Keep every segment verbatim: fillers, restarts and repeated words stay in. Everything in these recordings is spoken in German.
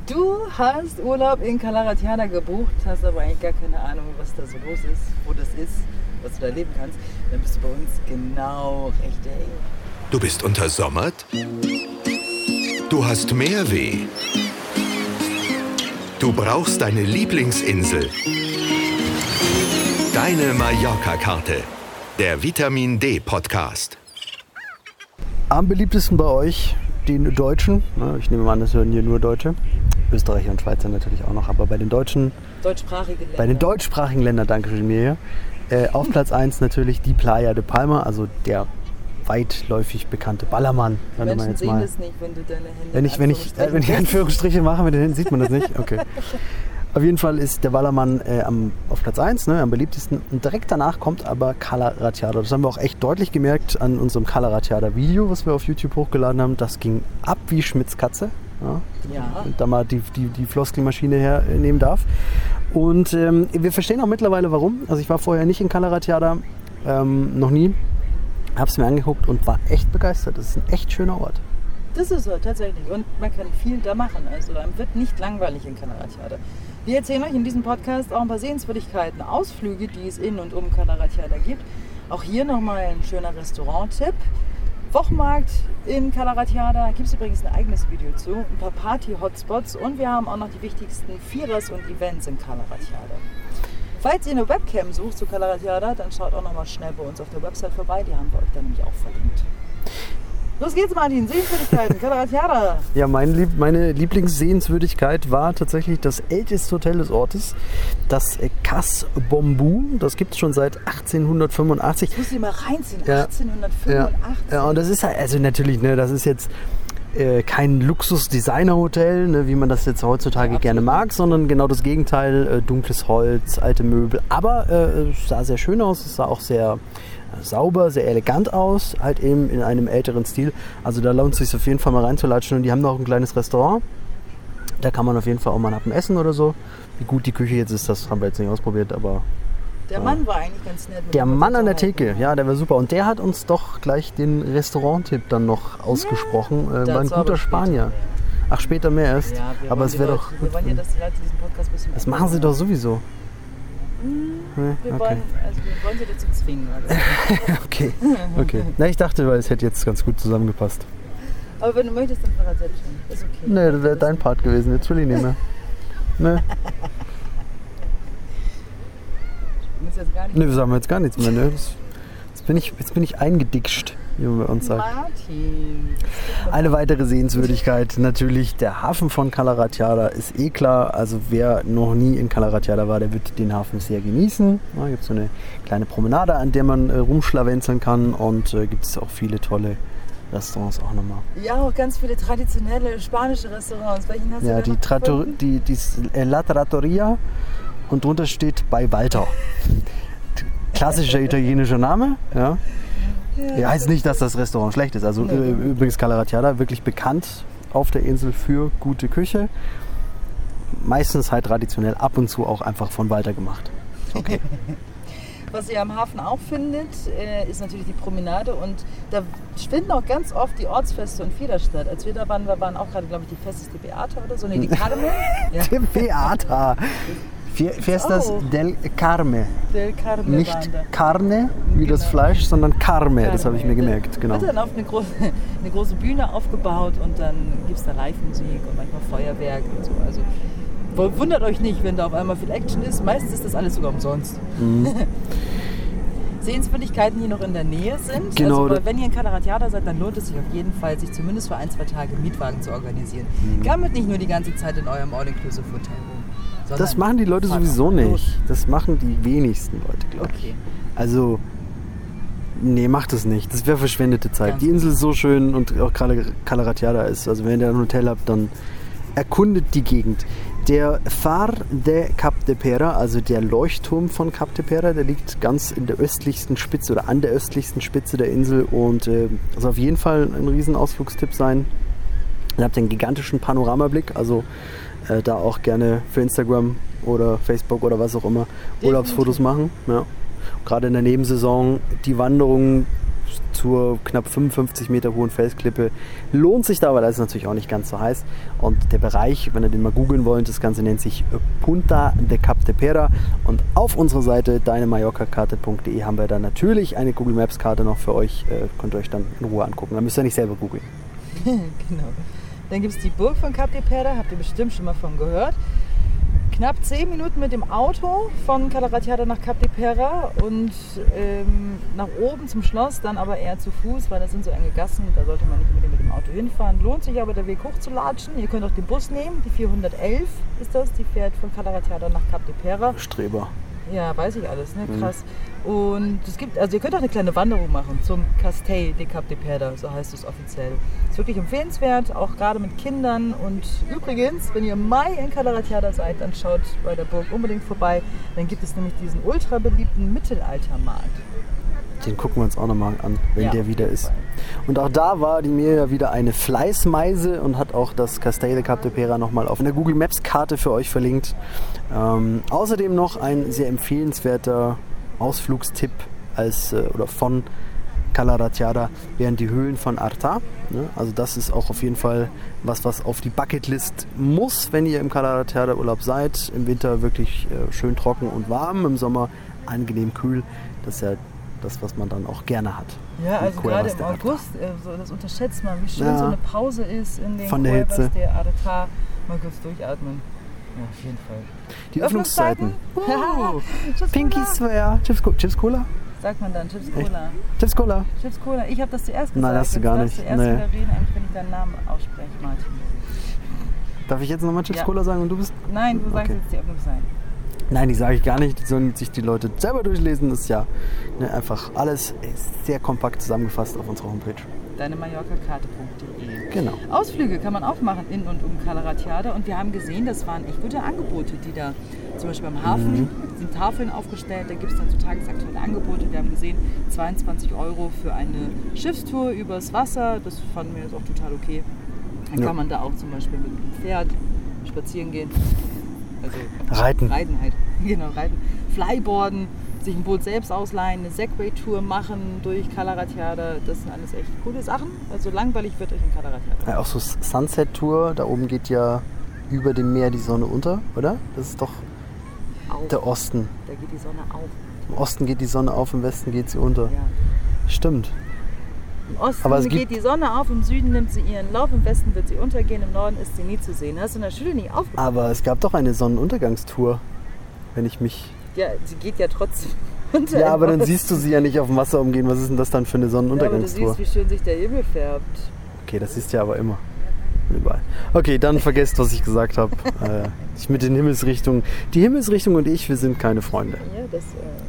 Du hast Urlaub in Cala Ratjada gebucht, hast aber eigentlich gar keine Ahnung, was da so los ist, wo das ist, was du da erleben kannst. Dann bist du bei uns genau richtig. Du bist untersommert? Du hast Meerweh? Du brauchst deine Lieblingsinsel? Deine Mallorca-Karte. Der Vitamin D Podcast. Am beliebtesten bei euch, den Deutschen. Ich nehme an, das hören hier nur Deutsche. Österreicher und Schweizer natürlich auch noch, aber bei den Deutschen, Deutschsprachige Länder. bei den deutschsprachigen Ländern, danke schön mir hier, äh, auf Platz eins natürlich die Playa de Palma, also der weitläufig bekannte Ballermann. Die Menschen man jetzt sehen mal, das nicht, wenn du deine Hände wenn ich, wenn ich, äh, wenn ich Anführungsstriche mache mit den Händen, sieht man das nicht? Okay. Auf jeden Fall ist der Ballermann äh, am, auf Platz eins, ne, am beliebtesten. Und direkt danach kommt aber Cala Ratjada. Das haben wir auch echt deutlich gemerkt an unserem Cala Ratjada Video, was wir auf YouTube hochgeladen haben. Das ging ab wie Schmitz Katze. Ja, ja. Und da mal die, die, die Floskelmaschine hernehmen darf. Und ähm, wir verstehen auch mittlerweile warum. Also ich war vorher nicht in Cala Ratjada, ähm, noch nie. Hab's mir angeguckt und war echt begeistert. Das ist ein echt schöner Ort. Das ist so, tatsächlich. Und man kann viel da machen. Also einem wird nicht langweilig in Cala Ratjada. Wir erzählen euch in diesem Podcast auch ein paar Sehenswürdigkeiten, Ausflüge, die es in und um Cala Ratjada gibt. Auch hier nochmal ein schöner Restaurant-Tipp. Wochenmarkt in Cala Ratjada, gibt es übrigens ein eigenes Video zu, ein paar Party-Hotspots und wir haben auch noch die wichtigsten Vierers und Events in Cala Ratjada. Falls ihr eine Webcam sucht zu Cala Ratjada, dann schaut auch nochmal schnell bei uns auf der Website vorbei, die haben wir euch dann nämlich auch verlinkt. Los geht's, Martin, Sehenswürdigkeiten, Cala Ratjada. Ja, mein Lieb- meine Lieblingssehenswürdigkeit war tatsächlich das älteste Hotel des Ortes, das Cas Bombu. Das gibt es schon seit achtzehnhundertfünfundachtzig. Ich muss dir mal reinziehen, ja. achtzehnhundertfünfundachtzig. Ja. ja, und das ist halt, also natürlich, ne, das ist jetzt äh, kein Luxus-Designer-Hotel, ne, wie man das jetzt heutzutage ja, gerne mag, sondern genau das Gegenteil, äh, dunkles Holz, alte Möbel. Aber äh, es sah sehr schön aus, es sah auch sehr sauber, sehr elegant aus, halt eben in einem älteren Stil. Also da lohnt es sich auf jeden Fall mal reinzulatschen. Und die haben noch ein kleines Restaurant. Da kann man auf jeden Fall auch mal nach dem Essen oder so. Wie gut die Küche jetzt ist, das haben wir jetzt nicht ausprobiert, aber... Der Mann war eigentlich ganz nett. Der Mann an der Theke, ja, der war super. Und der hat uns doch gleich den Restaurant-Tipp dann noch ausgesprochen. Ja, äh, war ein guter Spanier. Ach, später mehr erst. Ja, aber es wäre doch... Wir wollen ja, dass die Leute diesen Podcast ein bisschen... Das machen sie doch sowieso. Wir, okay. wollen, also wir wollen sie dazu zwingen. Also. okay, okay. Na, ich dachte, weil es hätte jetzt ganz gut zusammengepasst. Aber wenn du möchtest, dann Fahrrad selbst schon. Ist okay. Nee, das wäre dein Part gewesen. Jetzt will ich nicht mehr. Nee. Jetzt gar nicht nee, wir sagen jetzt gar nichts mehr. Ne? Das, jetzt, bin ich, jetzt bin ich eingedickt, wie man bei uns sagt. Martin. Eine weitere Sehenswürdigkeit natürlich der Hafen von Cala Ratjada ist eh klar. Also wer noch nie in Cala Ratjada war, der wird den Hafen sehr genießen. Da gibt es so eine kleine Promenade, an der man äh, rumschlawenzeln kann und äh, gibt es auch viele tolle Restaurants auch nochmal. Ja, auch ganz viele traditionelle spanische Restaurants. Welchen hast ja, du die, Trattor- die, die La Trattoria und drunter steht bei Walter. Klassischer italienischer Name, ja. Ja, heißt nicht, dass das Restaurant schlecht ist. Also nee. Übrigens Cala Ratjada, wirklich bekannt auf der Insel für gute Küche. Meistens halt traditionell, ab und zu auch einfach von Walter gemacht. Okay. Was ihr am Hafen auch findet, ist natürlich die Promenade und da finden auch ganz oft die Ortsfeste und Fehler statt. Als wir da waren, da waren auch gerade, glaube ich, die Feste Beata oder so, ne, die Carme. Ja. Die Beata. Fiestas oh. del Carme. Del Carme. Nicht Carne, wie genau. Das Fleisch, sondern Carme, Carme. Das habe ich mir gemerkt. Genau. Wird dann auf eine große, eine große Bühne aufgebaut und dann gibt es da Live-Musik und manchmal Feuerwerk und so. Also wundert euch nicht, wenn da auf einmal viel Action ist. Meistens ist das alles sogar umsonst. Mhm. Sehenswürdigkeiten, die noch in der Nähe sind. Genau. Also, wenn ihr in Cala Ratjada seid, dann lohnt es sich auf jeden Fall, sich zumindest für ein, zwei Tage einen Mietwagen zu organisieren. Mhm. Gammelt nicht nur die ganze Zeit in eurem All-Inclusive-Hotel rum. Das machen die Leute sowieso nicht. Das machen die wenigsten Leute, glaube ich. Okay. Also, nee, macht es nicht. Das wäre verschwendete Zeit. Ganz die Insel ist so schön und auch gerade Cala Ratjada ist. Also, wenn ihr ein Hotel habt, dann erkundet die Gegend. Der Far de Cap de Pera, also der Leuchtturm von Cap de Pera, der liegt ganz in der östlichsten Spitze oder an der östlichsten Spitze der Insel und äh, also auf jeden Fall ein riesen Ausflugstipp sein. Ihr habt einen gigantischen Panoramablick, also äh, da auch gerne für Instagram oder Facebook oder was auch immer Urlaubsfotos machen. Ja. Gerade in der Nebensaison die Wanderungen zur knapp fünfundfünfzig Meter hohen Felsklippe. Lohnt sich da, weil das ist natürlich auch nicht ganz so heiß. Und der Bereich, wenn ihr den mal googeln wollt, das Ganze nennt sich Punta de Capdepera. Und auf unserer Seite deine mallorca karte punkt de haben wir da natürlich eine Google Maps Karte noch für euch. Äh, könnt ihr euch dann in Ruhe angucken. Da müsst ihr nicht selber googeln. Genau. Dann gibt es die Burg von Capdepera, habt ihr bestimmt schon mal von gehört. Knapp zehn Minuten mit dem Auto von Calaratiada nach Capdepera und ähm, nach oben zum Schloss, dann aber eher zu Fuß, weil das sind so enge Gassen, da sollte man nicht unbedingt mit dem Auto hinfahren. Lohnt sich aber der Weg hoch zu latschen. Ihr könnt auch den Bus nehmen, die vierhundertelf ist das, die fährt von Calaratiada nach Capdepera. Streber. Ja, weiß ich alles, ne? Krass. Mhm. Und es gibt, also ihr könnt auch eine kleine Wanderung machen zum Castell de Capdepera, so heißt es offiziell. Ist wirklich empfehlenswert, auch gerade mit Kindern. Und übrigens, wenn ihr im Mai in Calaratiada seid, dann schaut bei der Burg unbedingt vorbei. Dann gibt es nämlich diesen ultra beliebten Mittelaltermarkt. Den gucken wir uns auch nochmal an, wenn ja, der wieder ist. Und auch da war die Mirja wieder eine Fleißmeise und hat auch das Castell de Capdepera nochmal auf einer Google Maps Karte für euch verlinkt. Ähm, außerdem noch ein sehr empfehlenswerter Ausflugstipp als, äh, oder von Calaratiada wären die Höhlen von Artà. Ne? Also das ist auch auf jeden Fall was, was auf die Bucketlist muss, wenn ihr im Calaratiada Urlaub seid. Im Winter wirklich äh, schön trocken und warm, im Sommer angenehm kühl. Das ist ja das, was man dann auch gerne hat. Ja, also gerade im August, so, das unterschätzt man, wie schön ja. so eine Pause ist in den Von der Cuevas Hitze. der Artà. Mal kurz durchatmen. Ja, auf jeden Fall. Die Öffnungszeiten. Uh, Pinky Swear. Chips, Chips Cola? Sagt man dann, Chips Cola. Chips Cola. Chips Cola. Ich habe das zuerst gesagt. Nein, hast du gar nicht. Ich darf zuerst wieder reden, eigentlich, wenn ich deinen Namen ausspreche, Martin. Darf ich jetzt nochmal Chips ja. Cola sagen und du bist? Nein, du sagst okay. jetzt die Öffnungszeiten. Nein, die sage ich gar nicht. Die sollen sich die Leute selber durchlesen. Das ist ja ne, einfach alles sehr kompakt zusammengefasst auf unserer Homepage. deine mallorca karte punkt de. Genau. Ausflüge kann man auch machen in und um Calaratiada und wir haben gesehen, das waren echt gute Angebote, die da zum Beispiel am Hafen mhm. sind Tafeln aufgestellt, da gibt es dann so tagesaktuelle Angebote. Wir haben gesehen, zweiundzwanzig Euro für eine Schiffstour übers Wasser, das fanden wir jetzt auch total okay. Dann ja. kann man da auch zum Beispiel mit dem Pferd spazieren gehen. Also reiten. Reiten halt, genau, reiten. Flyboarden, sich ein Boot selbst ausleihen, eine Segway-Tour machen durch Calaratiada, das sind alles echt coole Sachen. Also langweilig wird euch in Calaratiada. Ja, auch so Sunset-Tour, da oben geht ja über dem Meer die Sonne unter, oder? Das ist doch auf. Der Osten. Da geht die Sonne auf. Im Osten geht die Sonne auf, im Westen geht sie unter. Ja. Stimmt. Im Osten Aber es geht gibt die Sonne auf, im Süden nimmt sie ihren Lauf, im Westen wird sie untergehen, im Norden ist sie nie zu sehen. Hast du in der Schule nie aufgepasst? Aber es gab doch eine Sonnenuntergangstour, wenn ich mich... Ja, sie geht ja trotzdem unter. Ja, aber dann siehst du sie ja nicht auf dem Wasser umgehen. Was ist denn das dann für eine Sonnenuntergangstour? Ja, aber du siehst, wie schön sich der Himmel färbt. Okay, das siehst du ja aber immer. Überall. Okay, dann vergesst, was ich gesagt habe. äh, ich mit den Himmelsrichtungen. Die Himmelsrichtung und ich, wir sind keine Freunde. Ja, das...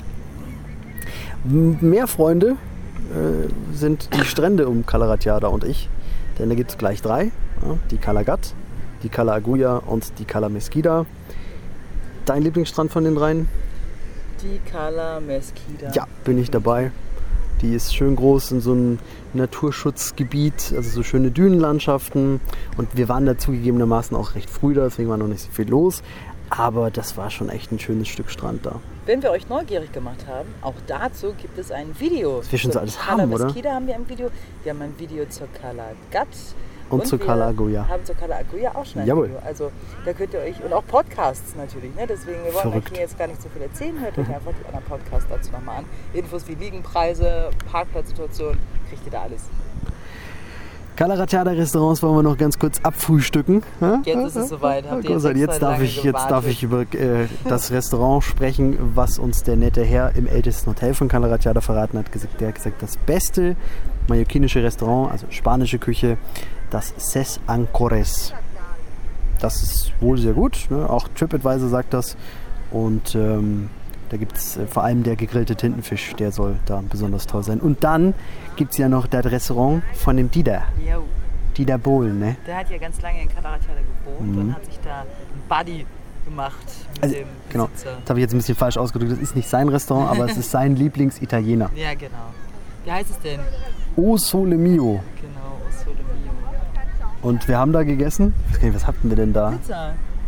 Äh... Mehr Freunde äh, sind die Strände um Calaratiada und ich. Denn da gibt es gleich drei. Ja, die Cala Gat, die Cala Agulla und die Cala Mesquida. Dein Lieblingsstrand von den dreien? Die Cala Mesquida. Ja, bin ich dabei. Die ist schön groß in so einem Naturschutzgebiet, also so schöne Dünenlandschaften. Und wir waren da zugegebenermaßen auch recht früh da, deswegen war noch nicht so viel los. Aber das war schon echt ein schönes Stück Strand da. Wenn wir euch neugierig gemacht haben, auch dazu gibt es ein Video. Das wir schon so alles Cala haben, oder? Mesquida haben wir ein Video. Wir haben ein Video zur Cala Gat. Und, und zur Cala Agulla. Haben zur Cala Agulla auch schon ein Jawohl. Video. Also da könnt ihr euch, und auch Podcasts natürlich, ne? Deswegen, wir wollen Verrückt. euch hier jetzt gar nicht so viel erzählen. Hört euch einfach die anderen Podcasts dazu nochmal an. Infos wie Liegenpreise, Parkplatzsituation, kriegt ihr da alles. Calaratiada Restaurants wollen wir noch ganz kurz abfrühstücken. Jetzt ist es soweit. Habt ihr jetzt jetzt, jetzt, darf ich, jetzt darf ich über äh, das Restaurant sprechen, was uns der nette Herr im ältesten Hotel von Calaratiada verraten hat. Der hat gesagt, das beste mallorquinische Restaurant, also spanische Küche, das Ses Ancores. Das ist wohl sehr gut. Ne? Auch TripAdvisor sagt das. Und ähm, da gibt es äh, vor allem der gegrillte Tintenfisch, der soll da besonders toll sein. Und dann gibt es ja noch das Restaurant von dem Dieter. Jo. Dieter Bohlen, ne? Der hat ja ganz lange in Calaratiada gewohnt Mhm. und hat sich da ein Buddy gemacht mit Also, dem genau, Besitzer. das habe ich jetzt ein bisschen falsch ausgedrückt. Das ist nicht sein Restaurant, aber es ist sein Lieblingsitaliener. Ja, genau. Wie heißt es denn? O Sole Mio. Genau, Sole Mio. Und wir haben da gegessen. Ich weiß gar nicht, was hatten wir denn da? Pizza.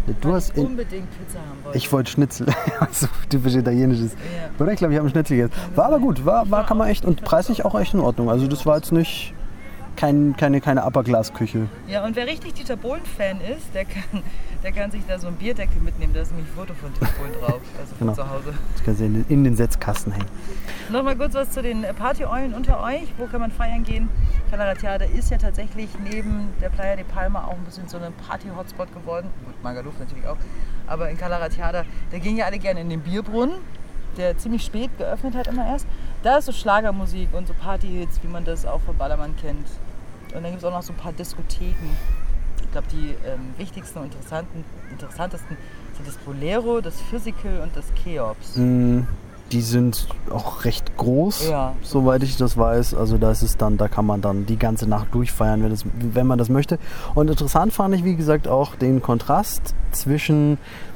Du hast in, unbedingt Pizza haben wollte. ich wollte Schnitzel, so typisch italienisches. Ja. Oder ich glaube, ich habe einen Schnitzel gegessen. War aber gut, war, war kann man echt und preislich auch echt in Ordnung. Also das war jetzt nicht kein, keine, keine Upper-Class-Küche. Ja, und wer richtig Dieter Bohlen-Fan ist, der kann, der kann sich da so ein Bierdeckel mitnehmen. Da ist nämlich ein Foto von Dieter Bohlen drauf, also von Genau. zu Hause. Das können Sie in, in den Setzkasten hängen. Nochmal kurz was zu den Partyeulen unter euch. Wo kann man feiern gehen? Calaratiada ist ja tatsächlich neben der Playa de Palma auch ein bisschen so ein Party-Hotspot geworden. Gut, Magaluf natürlich auch. Aber in Calaratiada, da gehen ja alle gerne in den Bierbrunnen, der ziemlich spät geöffnet hat immer erst. Da ist so Schlagermusik und so Partyhits, wie man das auch von Ballermann kennt. Und dann gibt es auch noch so ein paar Diskotheken. Ich glaube, die ähm, wichtigsten und interessanten, interessantesten sind das Bolero, das Physical und das Cheops. Mm, die sind auch recht groß, Ja. soweit ich das weiß. Also da ist es dann, da kann man dann die ganze Nacht durchfeiern, wenn, das, wenn man das möchte. Und interessant fand ich, wie gesagt, auch den Kontrast zwischen,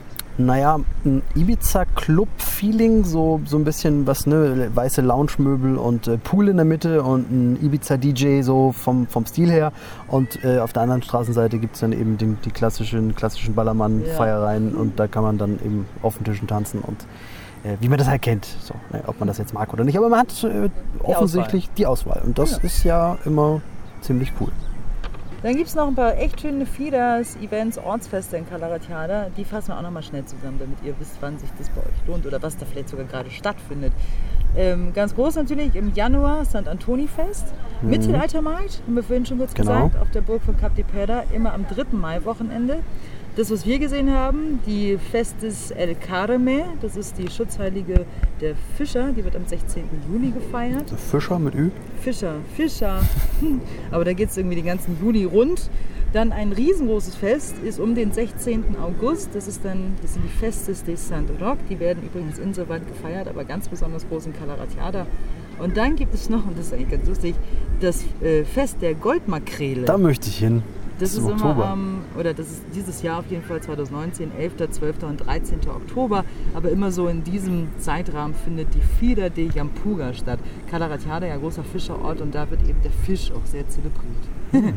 naja, ein Ibiza-Club-Feeling, so, so ein bisschen was, ne, weiße Lounge-Möbel und äh, Pool in der Mitte und ein Ibiza-D J so vom, vom Stil her. Und äh, auf der anderen Straßenseite gibt es dann eben den, die klassischen, klassischen Ballermann-Feiereien Ja. und da kann man dann eben auf den Tischen tanzen und äh, wie man das halt kennt, so, ne, ob man das jetzt mag oder nicht. Aber man hat äh, offensichtlich die Auswahl und das Ja. ist ja immer ziemlich cool. Dann gibt es noch ein paar echt schöne Fidas, Events, Ortsfeste in Calaratiada. Die fassen wir auch noch mal schnell zusammen, damit ihr wisst, wann sich das bei euch lohnt oder was da vielleicht sogar gerade stattfindet. Ähm, ganz groß natürlich im Januar Sankt Antoni-Fest. Mhm. Mittelaltermarkt, haben wir vorhin schon kurz Genau. gesagt, auf der Burg von Cap de Perda, immer am dritten Mai-Wochenende. Das, was wir gesehen haben, die Festes El Carme, das ist die Schutzheilige der Fischer, die wird am sechzehnten Juli gefeiert. Fischer mit Ü? Fischer, Fischer. Aber da geht es irgendwie den ganzen Juli rund. Dann ein riesengroßes Fest ist um den sechzehnten August. Das, ist dann, das sind die Festes de Sant Roc. Die werden übrigens insoweit gefeiert, aber ganz besonders groß in Calaratiada. Und dann gibt es noch, und das ist eigentlich ganz lustig, das äh, Fest der Goldmakrele. Da möchte ich hin. Das ist im immer Oktober. am, oder das ist dieses Jahr auf jeden Fall zwanzig neunzehn, elfter, zwölfter und dreizehnten Oktober. Aber immer so in diesem Zeitrahmen findet die Fida de Yampuga statt. Calaratiada, ja großer Fischerort, und da wird eben der Fisch auch sehr zelebriert.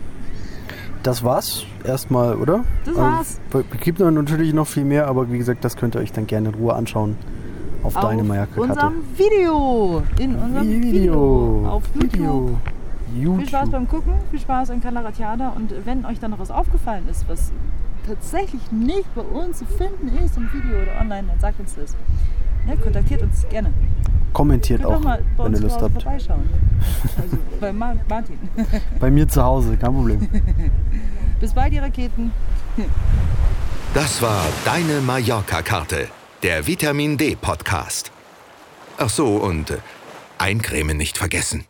Das war's erstmal, oder? Das war's. Also, es gibt natürlich noch viel mehr, aber wie gesagt, das könnt ihr euch dann gerne in Ruhe anschauen auf, Auf deine Mallorca-Karte. unserem Video. In unserem Video. Video. Auf YouTube. Video. YouTube. Viel Spaß beim Gucken, viel Spaß in Calaratiada, und wenn euch dann noch was aufgefallen ist, was tatsächlich nicht bei uns zu finden ist im Video oder online, dann sagt uns das. Ja, kontaktiert uns gerne. Kommentiert Könnt auch, auch mal bei wenn uns ihr Lust zu Hause habt. vorbeischauen. Also bei Ma- Martin. Bei mir zu Hause, kein Problem. Bis bald, ihr Raketen. Das war deine Mallorca-Karte, der Vitamin D Podcast. Ach so, und äh, eincremen nicht vergessen.